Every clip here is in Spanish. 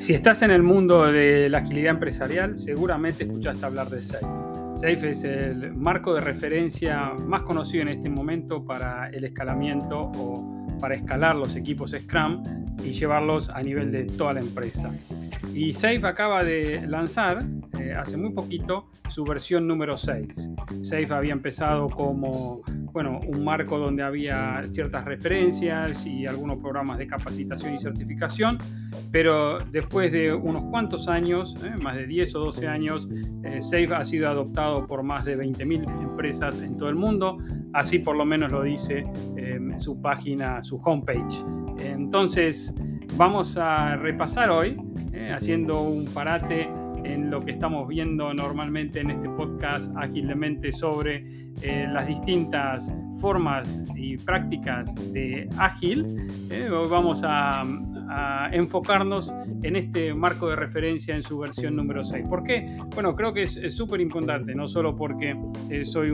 Si estás en el mundo de la agilidad empresarial, seguramente escuchaste hablar de SAFe. SAFe es el marco de referencia más conocido en este momento para el escalamiento o para escalar los equipos Scrum y llevarlos a nivel de toda la empresa. Y SAFe acaba de lanzar hace muy poquito su versión número 6. SAFe había empezado como un marco donde había ciertas referencias y algunos programas de capacitación y certificación, pero después de unos cuantos años, más de 10 o 12 años, SAFe ha sido adoptado por más de 20.000 empresas en todo el mundo, así por lo menos lo dice su página, su homepage. Entonces vamos a repasar hoy, haciendo un parate en lo que estamos viendo normalmente en este podcast Ágil de Mente sobre las distintas formas y prácticas de ágil. Hoy vamos a enfocarnos en este marco de referencia en su versión número 6. ¿Por qué? Bueno, creo que es súper importante, no solo porque soy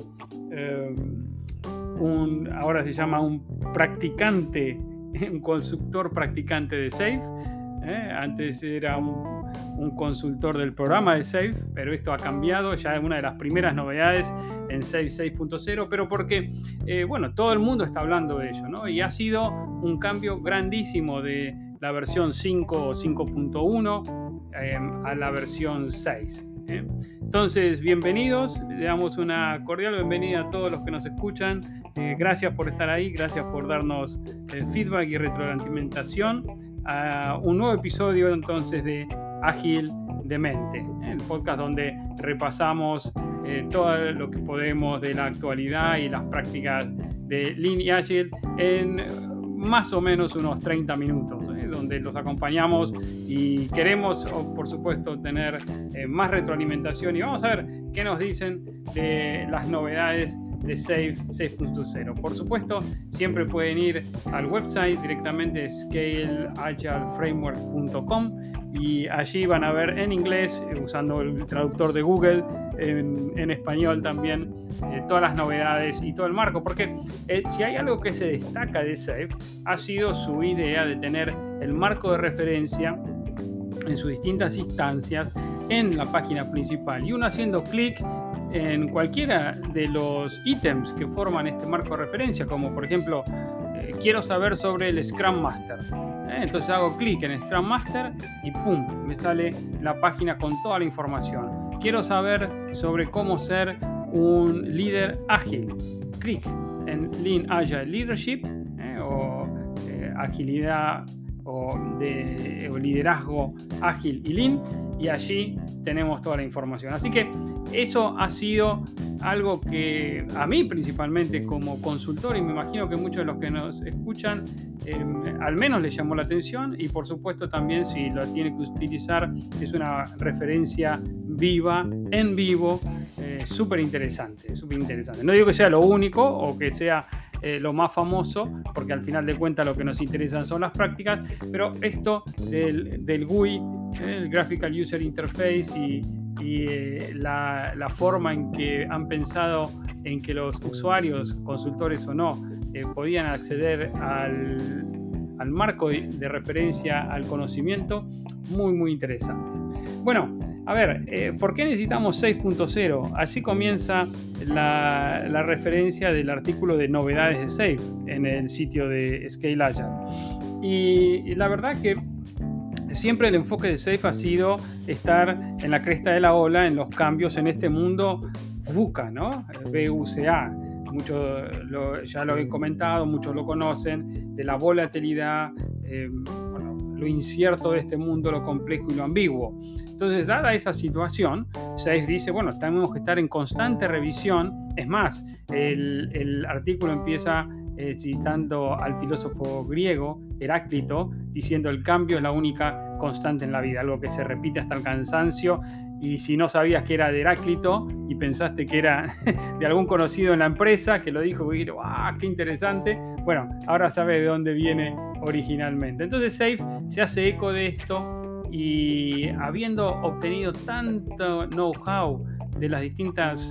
ahora se llama un practicante, un consultor practicante de SAFe. Antes era un consultor del programa de SAFe, pero esto ha cambiado, ya es una de las primeras novedades en SAFe 6.0, pero porque todo el mundo está hablando de ello, ¿no? Y ha sido un cambio grandísimo de la versión 5 o 5.1 a la versión 6. Entonces, bienvenidos, le damos una cordial bienvenida a todos los que nos escuchan. Gracias por estar ahí, gracias por darnos feedback y retroalimentación a un nuevo episodio entonces de Ágil de Mente, el podcast donde repasamos todo lo que podemos de la actualidad y las prácticas de Lean y Agile en más o menos unos 30 minutos, donde los acompañamos y queremos, por supuesto, tener más retroalimentación y vamos a ver qué nos dicen de las novedades de SAFe 6.0. Por supuesto, siempre pueden ir al website directamente scaleagileframework.com y allí van a ver en inglés, usando el traductor de Google, en español también, todas las novedades y todo el marco, porque si hay algo que se destaca de SAFe ha sido su idea de tener el marco de referencia en sus distintas instancias en la página principal y uno haciendo clic en cualquiera de los ítems que forman este marco de referencia, como por ejemplo quiero saber sobre el Scrum Master, entonces hago clic en Scrum Master y ¡pum!, me sale la página con toda la información. Quiero saber sobre cómo ser un líder ágil, clic en Lean Agile Leadership agilidad o liderazgo ágil y Lean, y allí tenemos toda la información. Así que eso ha sido algo que a mí principalmente como consultor, y me imagino que muchos de los que nos escuchan al menos les llamó la atención, y por supuesto también si lo tiene que utilizar es una referencia viva, en vivo, súper interesante. No digo que sea lo único o que sea lo más famoso, porque al final de cuentas lo que nos interesan son las prácticas, pero esto del GUI, el Graphical User Interface y la forma en que han pensado en que los usuarios, consultores o no, podían acceder al marco de referencia al conocimiento, muy muy interesante. Bueno, a ver, ¿por qué necesitamos 6.0? Allí comienza la referencia del artículo de novedades de SAFe en el sitio de Scale Agile. Y la verdad que siempre el enfoque de SAFe ha sido estar en la cresta de la ola en los cambios en este mundo VUCA, ¿no? VUCA. Muchos ya lo he comentado, muchos lo conocen, de la volatilidad, lo incierto de este mundo, lo complejo y lo ambiguo. Entonces, dada esa situación, SAFe dice, tenemos que estar en constante revisión. Es más, el artículo empieza citando al filósofo griego Heráclito, diciendo el cambio es la única constante en la vida, algo que se repite hasta el cansancio, y si no sabías que era de Heráclito y pensaste que era de algún conocido en la empresa que lo dijo, y dijiste, ¡ah, qué interesante! Bueno, ahora sabes de dónde viene originalmente. Entonces SAFe se hace eco de esto y habiendo obtenido tanto know-how de las distintas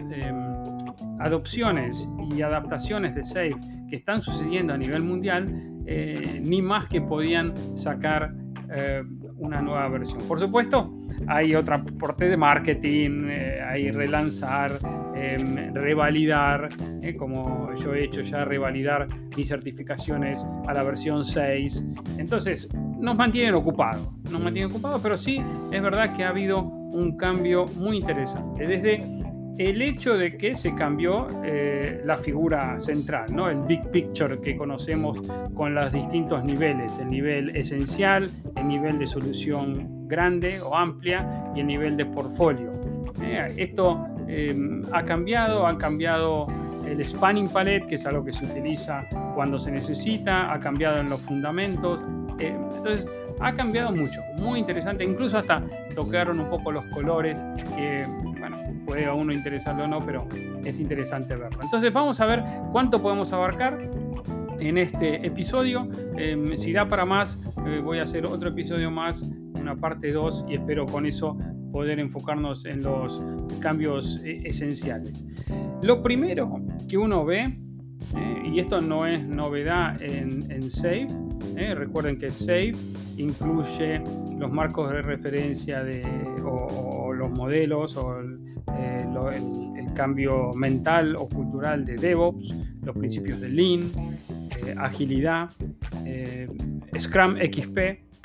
adopciones y adaptaciones de SAFe que están sucediendo a nivel mundial, ni más que podían sacar una nueva versión. Por supuesto, hay otra parte de marketing, hay relanzar, revalidar, como yo he hecho ya, revalidar mis certificaciones a la versión 6. Entonces, nos mantienen ocupados, pero sí es verdad que ha habido un cambio muy interesante. Desde el hecho de que se cambió la figura central, ¿no? El big picture que conocemos con los distintos niveles, el nivel esencial, el nivel de solución grande o amplia y el nivel de portfolio. Esto ha cambiado el spanning palette, que es algo que se utiliza cuando se necesita, ha cambiado en los fundamentos. Entonces ha cambiado mucho, muy interesante, incluso hasta tocaron un poco los colores, que bueno, puede a uno interesarlo o no, pero es interesante verlo. Entonces vamos a ver cuánto podemos abarcar en este episodio. Si da para más, voy a hacer otro episodio más, una parte 2, y espero con eso poder enfocarnos en los cambios esenciales. Lo primero que uno ve, y esto no es novedad en SAFe, recuerden que SAFe incluye los marcos de referencia o los modelos o el cambio mental o cultural de DevOps, los principios de Lean, agilidad, Scrum XP,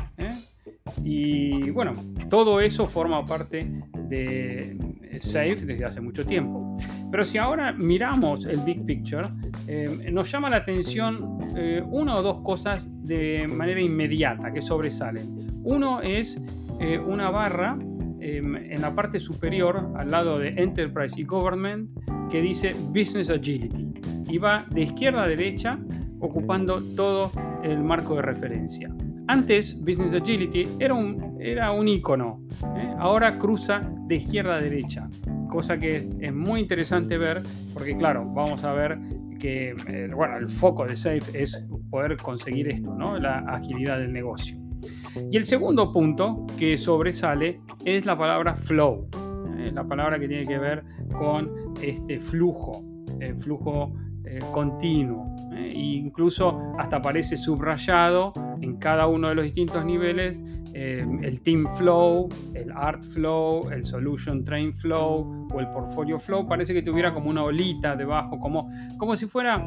y bueno, todo eso forma parte de SAFe desde hace mucho tiempo. Pero si ahora miramos el Big Picture, nos llama la atención una o dos cosas de manera inmediata que sobresalen. Uno es una barra en la parte superior, al lado de Enterprise y Government, que dice Business Agility, y va de izquierda a derecha ocupando todo el marco de referencia. Antes, Business Agility era un icono, ahora cruza de izquierda a derecha, cosa que es muy interesante ver, porque claro, vamos a ver que el foco de SAFe es poder conseguir esto, ¿no? La agilidad del negocio. Y el segundo punto que sobresale es la palabra flow, la palabra que tiene que ver con este flujo continuo, e incluso hasta aparece subrayado en cada uno de los distintos niveles el Team Flow, el Art Flow, el Solution Train Flow o el Portfolio Flow. Parece que tuviera como una olita debajo, como si fuera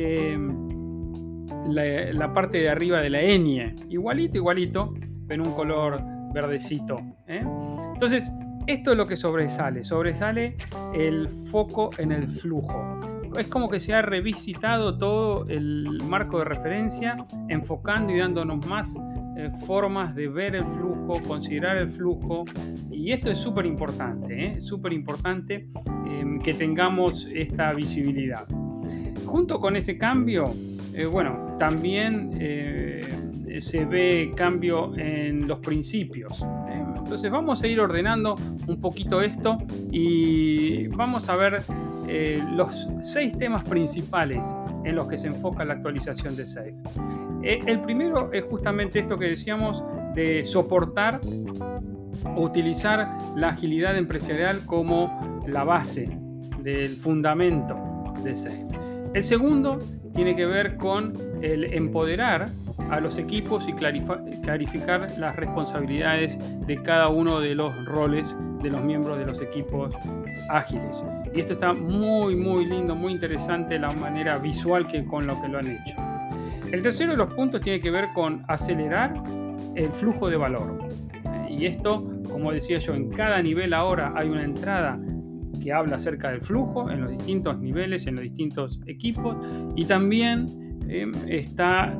la parte de arriba de la ñ, igualito, pero en un color verdecito. Entonces, esto es lo que sobresale el foco en el flujo. Es como que se ha revisitado todo el marco de referencia, enfocando y dándonos más formas de ver el flujo, considerar el flujo, y esto es súper importante que tengamos esta visibilidad. Junto con ese cambio, también se ve cambio en los principios. Entonces vamos a ir ordenando un poquito esto y vamos a ver los 6 temas principales en los que se enfoca la actualización de SAFe. El primero es justamente esto que decíamos de soportar o utilizar la agilidad empresarial como la base del fundamento de SAFe. El segundo tiene que ver con el empoderar a los equipos y clarificar las responsabilidades de cada uno de los roles de los miembros de los equipos ágiles. Y esto está muy lindo, muy interesante la manera visual con lo que lo han hecho. El tercero de los puntos tiene que ver con acelerar el flujo de valor. Y esto, como decía yo, en cada nivel ahora hay una entrada que habla acerca del flujo en los distintos niveles, en los distintos equipos, y también está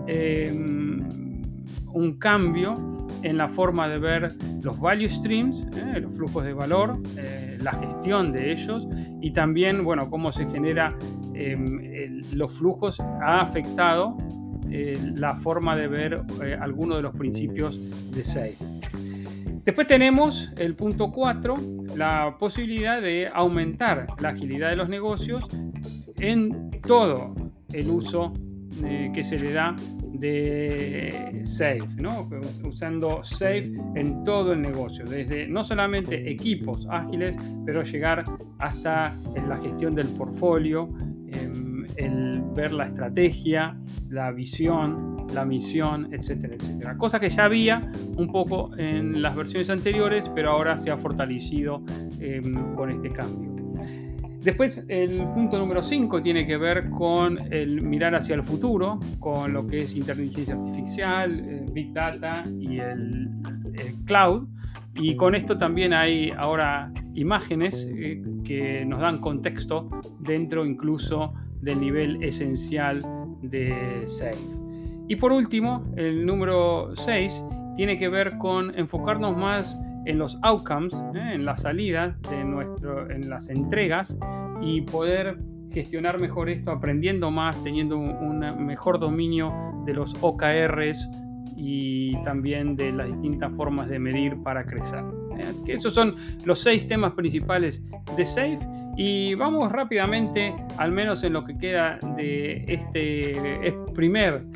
un cambio en la forma de ver los value streams, los flujos de valor, la gestión de ellos, y también, cómo se genera los flujos ha afectado la forma de ver algunos de los principios de SAFe. Después tenemos el punto 4, la posibilidad de aumentar la agilidad de los negocios en todo el uso que se le da de SAFe, ¿no? Usando SAFe en todo el negocio, desde no solamente equipos ágiles, pero llegar hasta la gestión del portfolio, el ver la estrategia, la visión, la misión, etcétera, etcétera. Cosa que ya había un poco en las versiones anteriores, pero ahora se ha fortalecido con este cambio. Después, el punto número 5 tiene que ver con el mirar hacia el futuro, con lo que es inteligencia artificial, Big Data y el Cloud. Y con esto también hay ahora imágenes que nos dan contexto dentro incluso del nivel esencial de SAFe. Y por último, el número 6 tiene que ver con enfocarnos más en los outcomes, en la salida en las entregas, y poder gestionar mejor esto, aprendiendo más, teniendo un mejor dominio de los OKRs y también de las distintas formas de medir para crecer. Así que esos son los 6 temas principales de SAFe. Y vamos rápidamente, al menos en lo que queda de este primer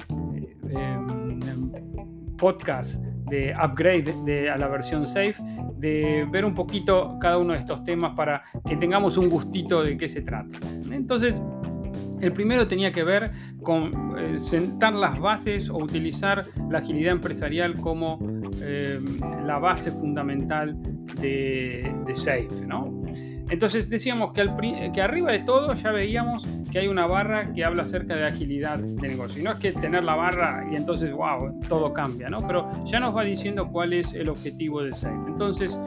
podcast de upgrade a la versión SAFe, de ver un poquito cada uno de estos temas para que tengamos un gustito de qué se trata. Entonces, el primero tenía que ver con sentar las bases o utilizar la agilidad empresarial como la base fundamental de SAFe, ¿no? Entonces decíamos que arriba de todo ya veíamos que hay una barra que habla acerca de agilidad de negocio. Y no es que tener la barra y entonces, wow, todo cambia, ¿no? Pero ya nos va diciendo cuál es el objetivo de SAFe. Entonces,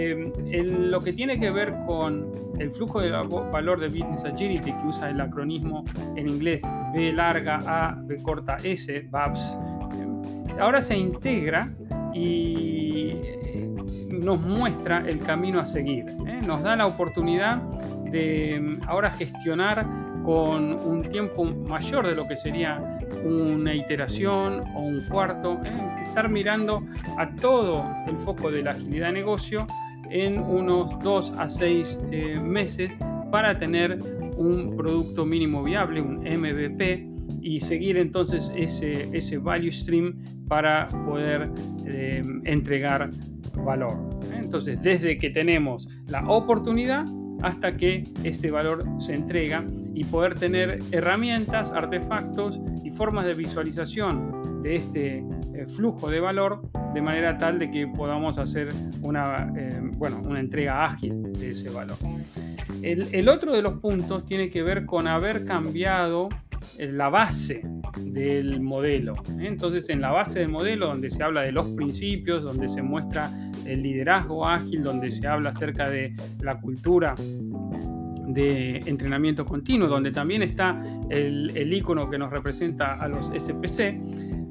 lo que tiene que ver con el flujo de valor de Business Agility, que usa el acronismo en inglés B larga A, B corta S, BABS, ahora se integra y nos muestra el camino a seguir. Nos da la oportunidad de ahora gestionar con un tiempo mayor de lo que sería una iteración o un cuarto, estar mirando a todo el foco de la agilidad de negocio en unos 2 a 6 meses para tener un producto mínimo viable, un MVP, y seguir entonces ese value stream para poder entregar valor. Entonces, desde que tenemos la oportunidad hasta que este valor se entrega, y poder tener herramientas, artefactos y formas de visualización de este flujo de valor, de manera tal de que podamos hacer una entrega ágil de ese valor. El otro de los puntos tiene que ver con haber cambiado la base del modelo. Entonces, en la base del modelo, donde se habla de los principios, donde se muestra el liderazgo ágil, donde se habla acerca de la cultura de entrenamiento continuo, donde también está el icono que nos representa a los SPC,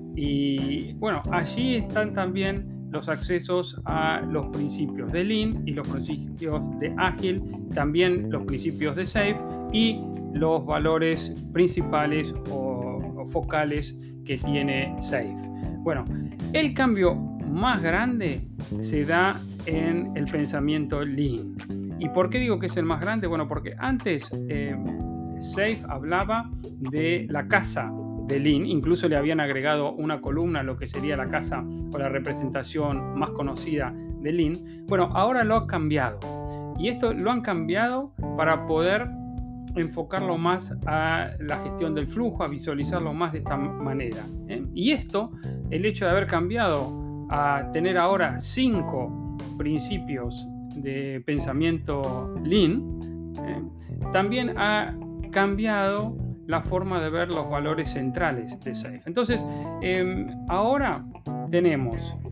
y bueno, allí están también los accesos a los principios de Lean y los principios de Ágil, también los principios de SAFe y los valores principales o focales que tiene SAFe. Bueno, el cambio más grande se da en el pensamiento Lean. ¿Y por qué digo que es el más grande? Bueno, porque antes SAFe hablaba de la casa de Lean, incluso le habían agregado una columna a lo que sería la casa o la representación más conocida de Lean. Bueno, ahora lo han cambiado, y esto lo han cambiado para poder enfocarlo más a la gestión del flujo, a visualizarlo más de esta manera. Y esto, el hecho de haber cambiado a tener ahora 5 principios de pensamiento Lean, también ha cambiado la forma de ver los valores centrales de SAFe. Entonces, ahora tenemos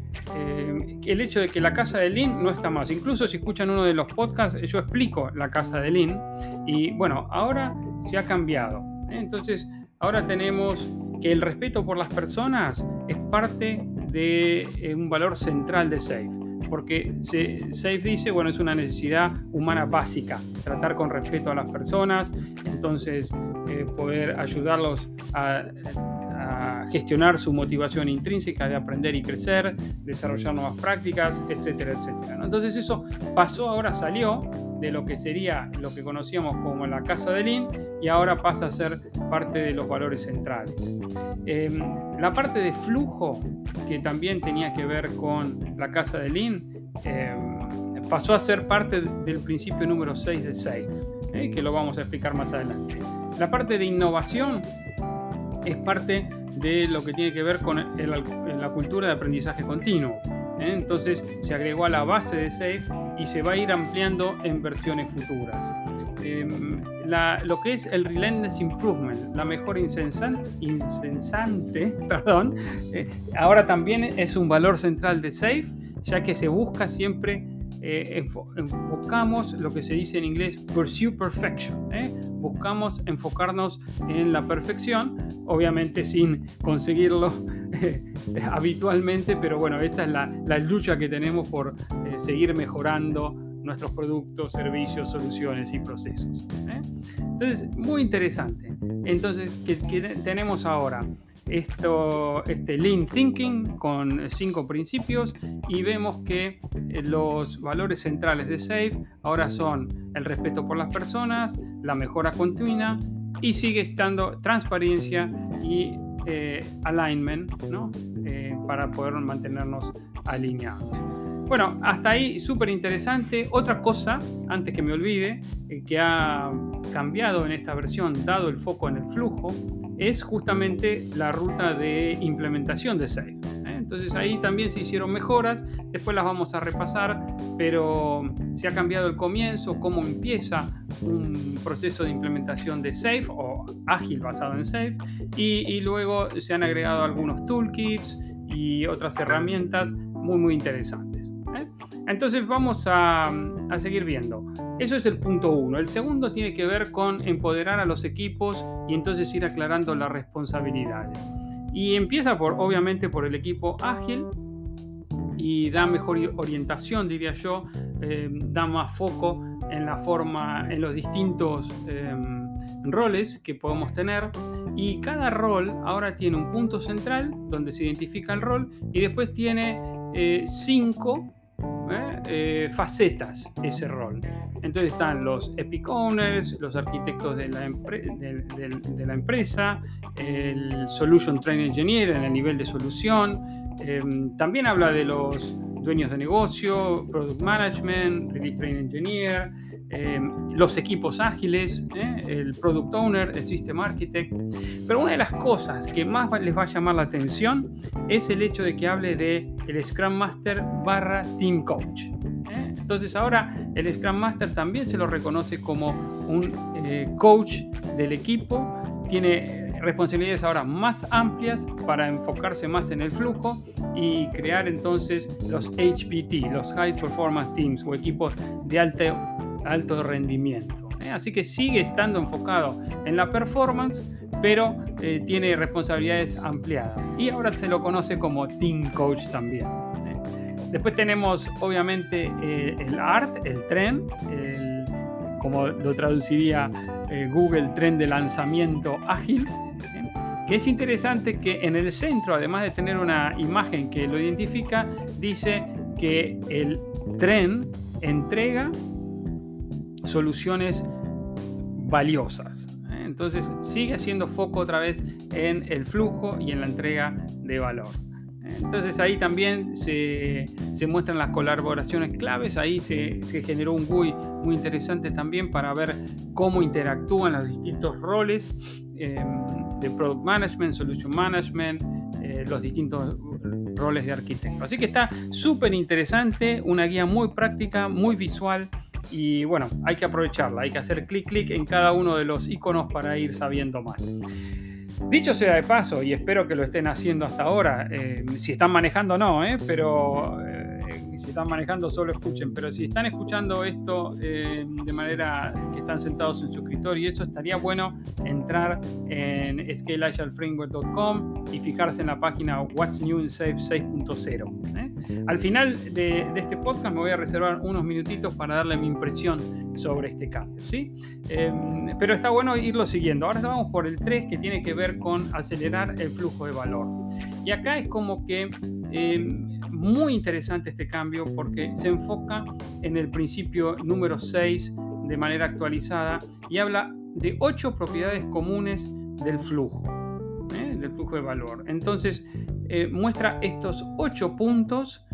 el hecho de que la casa de Lean no está más. Incluso si escuchan uno de los podcasts, yo explico la casa de Lean, y bueno, ahora se ha cambiado. Entonces, ahora tenemos que el respeto por las personas es parte de un valor central de SAFe. Porque SAFe dice, bueno, es una necesidad humana básica, tratar con respeto a las personas, entonces poder ayudarlos a gestionar su motivación intrínseca de aprender y crecer, desarrollar nuevas prácticas, etcétera, etcétera, ¿no? Entonces eso pasó, ahora salió de lo que sería lo que conocíamos como la casa de Lean, y ahora pasa a ser parte de los valores centrales. La parte de flujo, que también tenía que ver con la casa de Lean, pasó a ser parte del principio número 6 de SAFe, que lo vamos a explicar más adelante. La parte de innovación es parte de lo que tiene que ver con la cultura de aprendizaje continuo. Entonces se agregó a la base de SAFe y se va a ir ampliando en versiones futuras. Lo que es el Relentless Improvement, la mejora incesante, ahora también es un valor central de SAFe, ya que se busca siempre, enfocamos lo que se dice en inglés pursue perfection, buscamos enfocarnos en la perfección, obviamente sin conseguirlo habitualmente, pero bueno, esta es la lucha que tenemos por seguir mejorando nuestros productos, servicios, soluciones y procesos. Entonces, muy interesante. Entonces, ¿qué tenemos ahora? Este Lean Thinking con 5 principios, y vemos que los valores centrales de SAFe ahora son el respeto por las personas, la mejora continua, y sigue estando transparencia y alignment, ¿no? Para poder mantenernos alineados. Bueno, hasta ahí súper interesante. Otra cosa, antes que me olvide, que ha cambiado en esta versión, dado el foco en el flujo, es justamente la ruta de implementación de SAFe. Entonces ahí también se hicieron mejoras, después las vamos a repasar, pero se ha cambiado el comienzo, cómo empieza un proceso de implementación de SAFe o ágil basado en SAFe, y luego se han agregado algunos toolkits y otras herramientas muy interesantes. Entonces vamos a seguir viendo. Eso es el punto 1. El segundo tiene que ver con empoderar a los equipos y entonces ir aclarando las responsabilidades. Y empieza obviamente por el equipo ágil, y da mejor orientación, diría yo, da más foco en los distintos roles que podemos tener, y cada rol ahora tiene un punto central donde se identifica el rol, y después tiene 5 facetas ese rol. Entonces están los Epic Owners, los arquitectos de la empresa, el Solution Train Engineer en el nivel de solución, también habla de los dueños de negocio, Product Management, Release Train Engineer, los equipos ágiles, el Product Owner, el System Architect. Pero una de las cosas que más les va a llamar la atención es el hecho de que hable de el Scrum Master / Team Coach. Entonces ahora el Scrum Master también se lo reconoce como un coach del equipo, tiene responsabilidades ahora más amplias para enfocarse más en el flujo y crear entonces los HPT, los High Performance Teams, o equipos de alto rendimiento. Así que sigue estando enfocado en la performance, pero tiene responsabilidades ampliadas, y ahora se lo conoce como Team Coach también. Después tenemos obviamente el ART, el tren, como lo traduciría Google, tren de lanzamiento ágil, que es interesante que en el centro, además de tener una imagen que lo identifica, dice que el tren entrega soluciones valiosas. Entonces sigue haciendo foco otra vez en el flujo y en la entrega de valor. Entonces ahí también se muestran las colaboraciones claves. Ahí se generó un GUI muy interesante también para ver cómo interactúan los distintos roles de Product Management, Solution Management, los distintos roles de arquitecto. Así que está súper interesante, una guía muy práctica, muy visual, y bueno, hay que aprovecharla, hay que hacer clic en cada uno de los iconos para ir sabiendo más. Dicho sea de paso, y espero que lo estén haciendo hasta ahora, si están manejando no, pero si están manejando solo escuchen, pero si están escuchando esto de manera que están sentados en su escritorio, y eso estaría bueno entrar en scaleagileframework.com y fijarse en la página What's New in SAFe 6.0. Al final de este podcast me voy a reservar unos minutitos para darle mi impresión sobre este cambio, ¿sí? Pero está bueno irlo siguiendo. Ahora vamos por el 3, que tiene que ver con acelerar el flujo de valor. Y acá es como que muy interesante este cambio, porque se enfoca en el principio número 6 de manera actualizada y habla de 8 propiedades comunes del flujo de valor. Entonces muestra estos 8 puntos,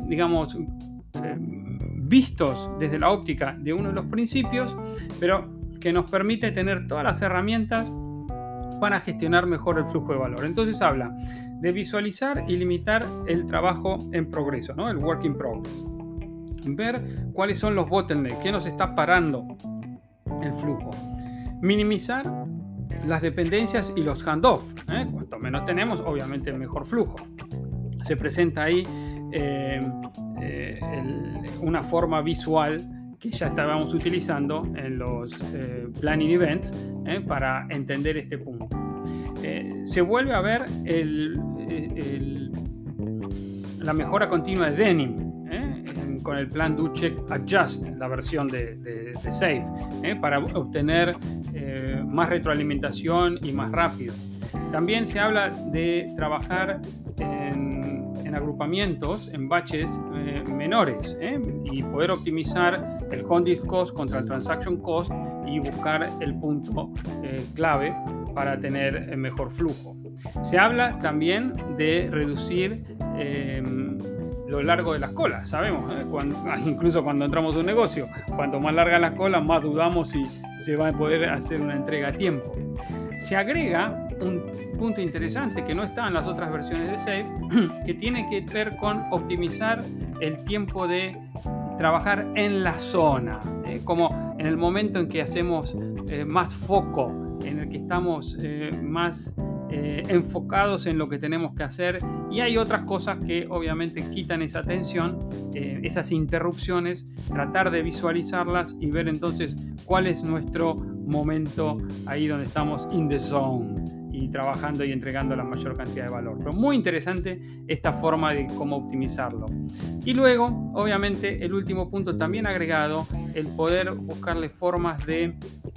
vistos desde la óptica de uno de los principios, pero que nos permite tener todas las herramientas para gestionar mejor el flujo de valor. Entonces habla de visualizar y limitar el trabajo en progreso, ¿no? El work in progress. Ver cuáles son los bottlenecks, qué nos está parando el flujo. Minimizar las dependencias y los handoffs. Cuanto menos tenemos, obviamente mejor flujo. Se presenta ahí una forma visual que ya estábamos utilizando en los planning events para entender este punto. Se vuelve a ver la mejora continua de Denim con el plan Do Check Adjust, la versión de SAFe, para obtener más retroalimentación y más rápido. También se habla de trabajar en agrupamientos, en batches menores, y poder optimizar el Hondisk Cost contra el Transaction Cost y buscar el punto clave para tener mejor flujo. Se habla también de reducir lo largo de las colas. Sabemos, incluso cuando entramos a un negocio, cuanto más larga la cola, más dudamos si se va a poder hacer una entrega a tiempo. Se agrega un punto interesante que no está en las otras versiones de SAFe, que tiene que ver con optimizar el tiempo de trabajar en la zona, como en el momento en que hacemos más foco, en el que estamos más enfocados en lo que tenemos que hacer, y hay otras cosas que obviamente quitan esa atención, esas interrupciones, tratar de visualizarlas y ver entonces cuál es nuestro momento ahí donde estamos in the zone y trabajando y entregando la mayor cantidad de valor. Pero muy interesante esta forma de cómo optimizarlo. Y luego, obviamente, el último punto también agregado, el poder buscarle formas de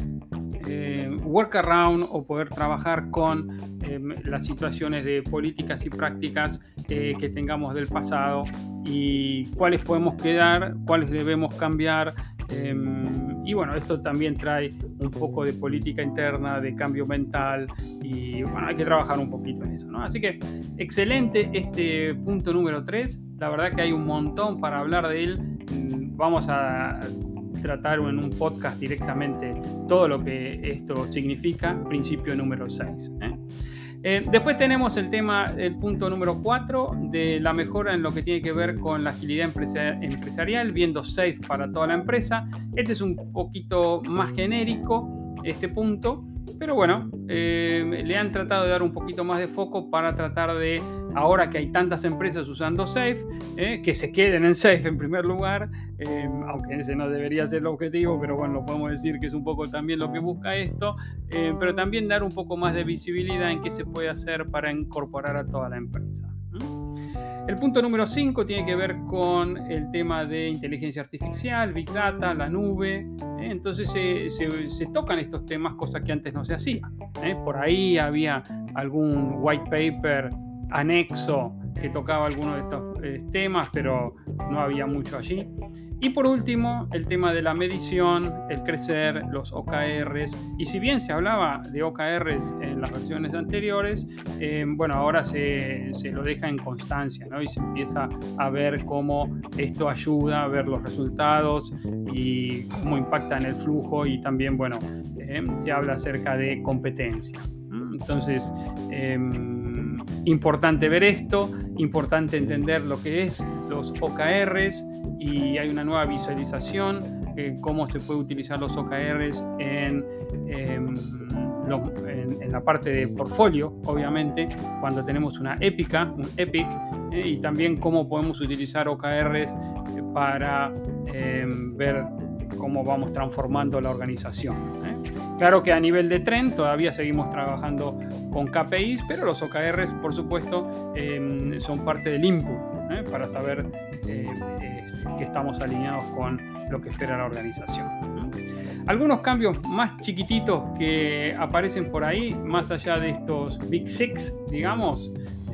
workaround o poder trabajar con las situaciones de políticas y prácticas que tengamos del pasado y cuáles podemos quedar, cuáles debemos cambiar. Y bueno, esto también trae un poco de política interna, de cambio mental, y bueno, hay que trabajar un poquito en eso, ¿no? Así que excelente este punto número 3. La verdad que hay un montón para hablar de él. Vamos a tratar en un podcast directamente todo lo que esto significa, principio número 6. Después tenemos el punto número 4 de la mejora en lo que tiene que ver con la agilidad empresarial, viendo SAFe para toda la empresa. Este es un poquito más genérico, este punto, pero bueno, le han tratado de dar un poquito más de foco para tratar de, ahora que hay tantas empresas usando SAFe, que se queden en SAFe en primer lugar, aunque ese no debería ser el objetivo, pero bueno, lo podemos decir que es un poco también lo que busca esto, pero también dar un poco más de visibilidad en qué se puede hacer para incorporar a toda la empresa. El punto número 5 tiene que ver con el tema de inteligencia artificial, Big Data, la nube. Entonces se tocan estos temas, cosas que antes no se hacían. Por ahí había algún white paper anexo que tocaba algunos de estos temas, pero no había mucho allí. Y por último, el tema de la medición, el crecer, los OKRs. Y si bien se hablaba de OKRs en las versiones anteriores, bueno, ahora se lo deja en constancia, ¿no? Y se empieza a ver cómo esto ayuda a ver los resultados y cómo impacta en el flujo, y también, bueno, se habla acerca de competencia. Entonces, importante ver esto, importante entender lo que es los OKRs, y hay una nueva visualización, cómo se puede utilizar los OKRs en la parte de portfolio, obviamente, cuando tenemos una épica, un epic, y también cómo podemos utilizar OKRs para ver cómo vamos transformando la organización. Claro que a nivel de trend todavía seguimos trabajando con KPIs, pero los OKRs, por supuesto, son parte del input, para saber que estamos alineados con lo que espera la organización. Algunos cambios más chiquititos que aparecen por ahí, más allá de estos Big Six, digamos,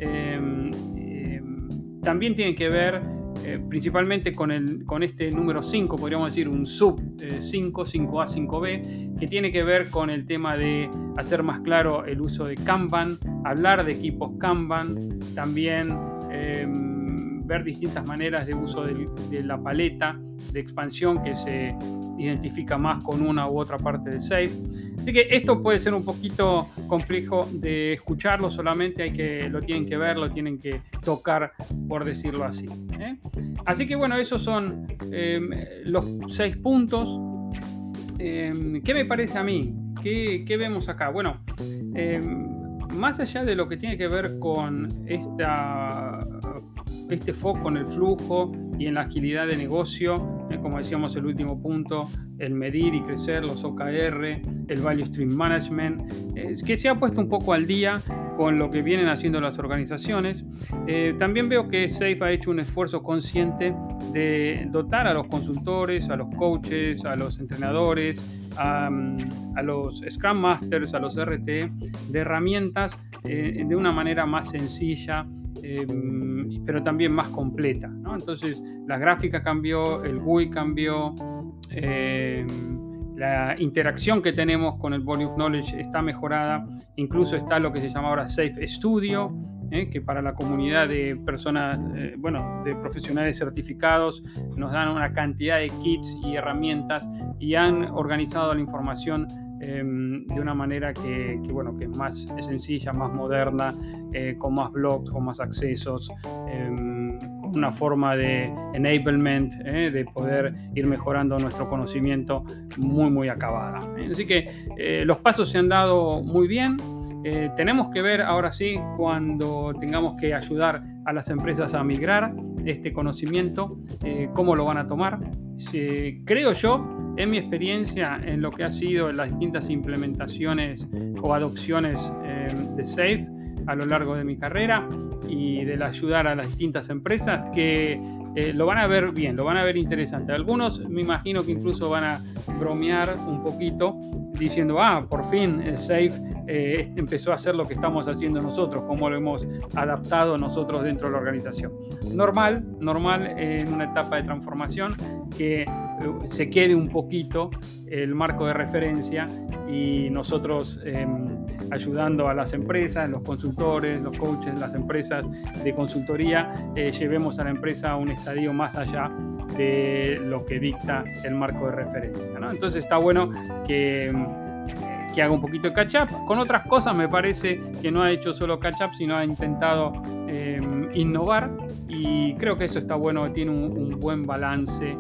también tienen que ver principalmente con este número 5, podríamos decir un sub 5, 5A, 5B, que tiene que ver con el tema de hacer más claro el uso de Kanban, hablar de equipos Kanban, también ver distintas maneras de uso de la paleta de expansión que se identifica más con una u otra parte de Safe. Así que esto puede ser un poquito complejo de escucharlo solamente, lo tienen que ver, lo tienen que tocar, por decirlo así. Así que bueno, esos son los 6 puntos. ¿Qué me parece a mí? ¿Qué vemos acá? Bueno, más allá de lo que tiene que ver con este foco en el flujo y en la agilidad de negocio, como decíamos el último punto, el medir y crecer, los OKR, el Value Stream Management, que se ha puesto un poco al día con lo que vienen haciendo las organizaciones. También veo que Safe ha hecho un esfuerzo consciente de dotar a los consultores, a los coaches, a los entrenadores, a los Scrum Masters, a los RT, de herramientas de una manera más sencilla, pero también más completa, ¿no? Entonces la gráfica cambió, el GUI cambió, la interacción que tenemos con el Body of Knowledge está mejorada, incluso está lo que se llama ahora Safe Studio, que para la comunidad de personas, de profesionales certificados, nos dan una cantidad de kits y herramientas y han organizado la información de una manera que es más sencilla, más moderna, con más blogs, con más accesos, con una forma de enablement, de poder ir mejorando nuestro conocimiento muy, muy acabada. Así que los pasos se han dado muy bien. Tenemos que ver ahora sí, cuando tengamos que ayudar a las empresas a migrar este conocimiento, cómo lo van a tomar. Creo yo, en mi experiencia, en lo que ha sido las distintas implementaciones o adopciones de Safe a lo largo de mi carrera y de ayudar a las distintas empresas, que lo van a ver bien, lo van a ver interesante. Algunos me imagino que incluso van a bromear un poquito diciendo, por fin Safe empezó a hacer lo que estamos haciendo nosotros, cómo lo hemos adaptado nosotros dentro de la organización. Normal en una etapa de transformación que se quede un poquito el marco de referencia y nosotros ayudando a las empresas, los consultores, los coaches, las empresas de consultoría, llevemos a la empresa a un estadio más allá de lo que dicta el marco de referencia, ¿no? Entonces está bueno que haga un poquito de catch-up. Con otras cosas me parece que no ha hecho solo catch-up, sino ha intentado innovar, y creo que eso está bueno, tiene un buen balance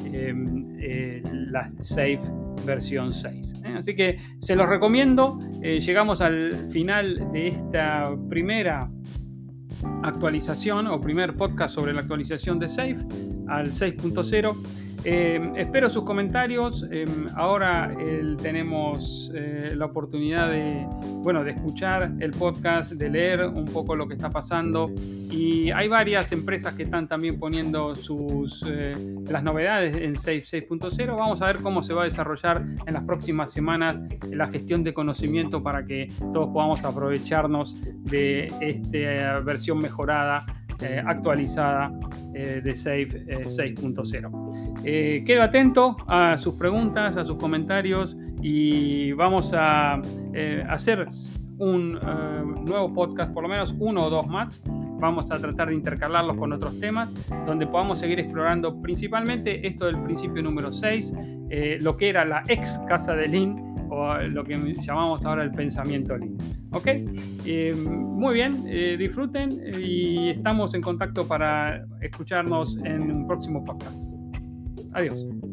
la Safe versión 6. Así que se los recomiendo. Llegamos al final de esta primera actualización o primer podcast sobre la actualización de Safe al 6.0. Espero sus comentarios. Ahora tenemos la oportunidad de escuchar el podcast, de leer un poco lo que está pasando, y hay varias empresas que están también poniendo las novedades en Safe 6.0. Vamos a ver cómo se va a desarrollar en las próximas semanas la gestión de conocimiento para que todos podamos aprovecharnos de esta versión mejorada, actualizada de Safe 6.0. Quedo atento a sus preguntas, a sus comentarios, y vamos a hacer un nuevo podcast, por lo menos 1 o 2 más. Vamos a tratar de intercalarlos con otros temas donde podamos seguir explorando principalmente esto del principio número 6, lo que era la ex casa de Lean, o lo que llamamos ahora el pensamiento Lean. ¿Ok? Muy bien, disfruten y estamos en contacto para escucharnos en un próximo podcast. Adiós.